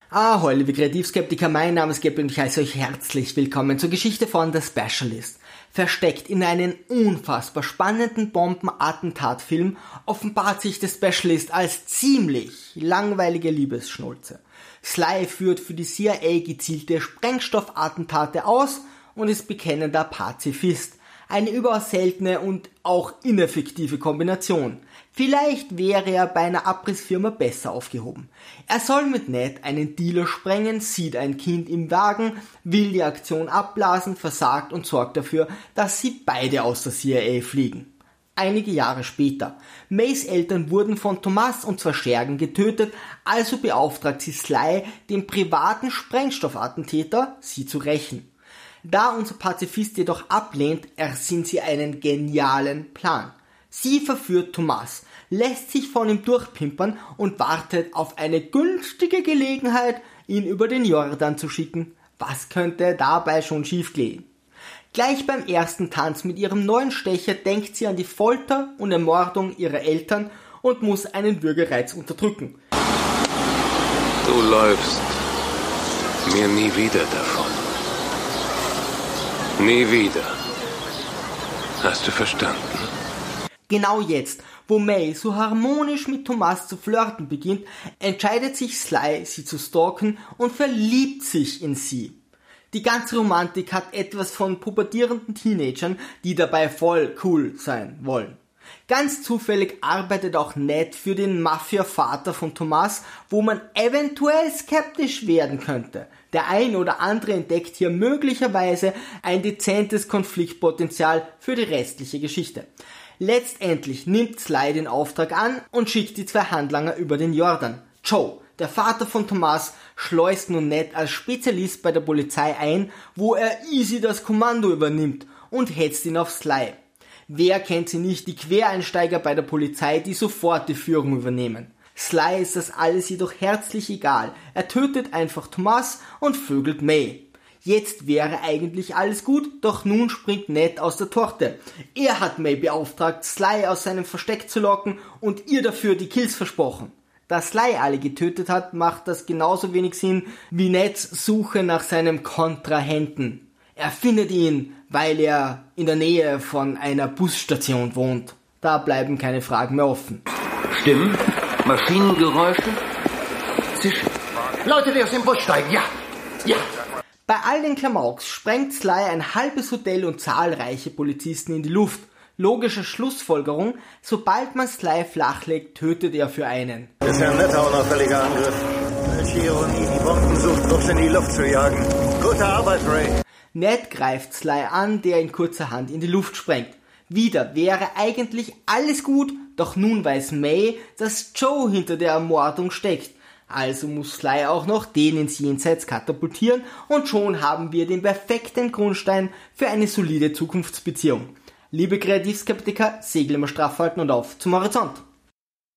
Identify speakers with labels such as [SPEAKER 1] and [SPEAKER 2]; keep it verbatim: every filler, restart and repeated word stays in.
[SPEAKER 1] Ahoi, liebe Kreativskeptiker, mein Name ist Gabriel und ich heiße euch herzlich willkommen zur Geschichte von The Specialist. Versteckt in einem unfassbar spannenden Bombenattentatfilm offenbart sich The Specialist als ziemlich langweilige Liebesschnulze. Sly führt für die C I A gezielte Sprengstoffattentate aus und ist bekennender Pazifist. Eine überaus seltene und auch ineffektive Kombination. Vielleicht wäre er bei einer Abrissfirma besser aufgehoben. Er soll mit Ned einen Dealer sprengen, sieht ein Kind im Wagen, will die Aktion abblasen, versagt und sorgt dafür, dass sie beide aus der C I A fliegen. Einige Jahre später. Mays Eltern wurden von Thomas und zwei Schergen getötet, also beauftragt sie Sly, den privaten Sprengstoffattentäter, sie zu rächen. Da unser Pazifist jedoch ablehnt, ersinnt sie einen genialen Plan. Sie verführt Thomas, lässt sich von ihm durchpimpern und wartet auf eine günstige Gelegenheit, ihn über den Jordan zu schicken. Was könnte dabei schon schiefgehen? Gleich beim ersten Tanz mit ihrem neuen Stecher denkt sie an die Folter und Ermordung ihrer Eltern und muss einen Würgereiz unterdrücken.
[SPEAKER 2] Du läufst mir nie wieder davon. Nie wieder. Hast du verstanden?
[SPEAKER 1] Genau jetzt, wo May so harmonisch mit Thomas zu flirten beginnt, entscheidet sich Sly, sie zu stalken und verliebt sich in sie. Die ganze Romantik hat etwas von pubertierenden Teenagern, die dabei voll cool sein wollen. Ganz zufällig arbeitet auch Ned für den Mafia-Vater von Thomas, wo man eventuell skeptisch werden könnte. Der ein oder andere entdeckt hier möglicherweise ein dezentes Konfliktpotenzial für die restliche Geschichte. Letztendlich nimmt Sly den Auftrag an und schickt die zwei Handlanger über den Jordan. Joe, der Vater von Thomas, schleust nun Ned als Spezialist bei der Polizei ein, wo er easy das Kommando übernimmt und hetzt ihn auf Sly. Wer kennt sie nicht, die Quereinsteiger bei der Polizei, die sofort die Führung übernehmen. Sly ist das alles jedoch herzlich egal. Er tötet einfach Thomas und vögelt May. Jetzt wäre eigentlich alles gut, doch nun springt Ned aus der Torte. Er hat May beauftragt, Sly aus seinem Versteck zu locken und ihr dafür die Kills versprochen. Da Sly alle getötet hat, macht das genauso wenig Sinn wie Neds Suche nach seinem Kontrahenten. Er findet ihn, weil er in der Nähe von einer Busstation wohnt. Da bleiben keine Fragen mehr offen.
[SPEAKER 3] Stimmen? Maschinengeräusche? Zischen. Leute, die aus dem Bus steigen, ja! Ja!
[SPEAKER 1] Bei all den Klamauks sprengt Sly ein halbes Hotel und zahlreiche Polizisten in die Luft. Logische Schlussfolgerung, sobald man Sly flachlegt, tötet er für einen.
[SPEAKER 4] Das ist ja ein netter, unauffälliger Angriff. Welche Ironie, die Bombensuchtrups in die Luft zu jagen. Gute Arbeit, Ray.
[SPEAKER 1] Ned greift Sly an, der ihn kurzerhand in die Luft sprengt. Wieder wäre eigentlich alles gut, doch nun weiß May, dass Joe hinter der Ermordung steckt. Also muss Sly auch noch den ins Jenseits katapultieren und schon haben wir den perfekten Grundstein für eine solide Zukunftsbeziehung. Liebe Kreativskeptiker, Segel immer straff halten und auf zum Horizont.